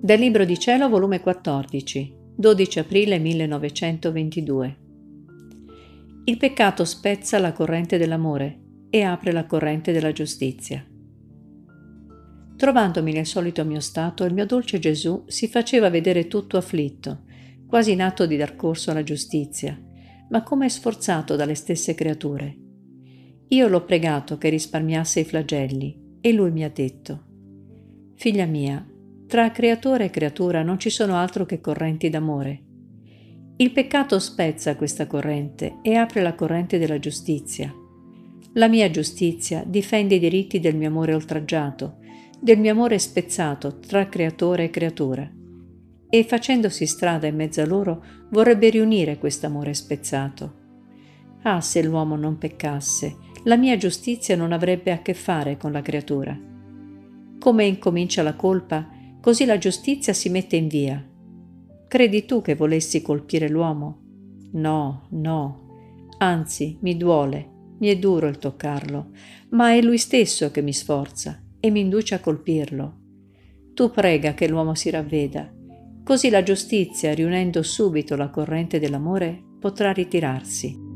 Dal Libro di Cielo, volume 14, 12 aprile 1922. Il peccato spezza la corrente dell'amore e apre la corrente della giustizia. Trovandomi nel solito mio stato, il mio dolce Gesù si faceva vedere tutto afflitto, quasi in atto di dar corso alla giustizia, ma come sforzato dalle stesse creature. Io l'ho pregato che risparmiasse i flagelli e lui mi ha detto: «Figlia mia, tra creatore e creatura non ci sono altro che correnti d'amore. Il peccato spezza questa corrente e apre la corrente della giustizia. La mia giustizia difende i diritti del mio amore oltraggiato, del mio amore spezzato tra creatore e creatura. E facendosi strada in mezzo a loro vorrebbe riunire quest'amore spezzato. Ah, se l'uomo non peccasse, la mia giustizia non avrebbe a che fare con la creatura. Come incomincia la colpa, così la giustizia si mette in via. Credi tu che volessi colpire l'uomo? No, no. Anzi, mi duole, mi è duro il toccarlo, ma è lui stesso che mi sforza e mi induce a colpirlo. Tu prega che l'uomo si ravveda, così la giustizia, riunendo subito la corrente dell'amore, potrà ritirarsi.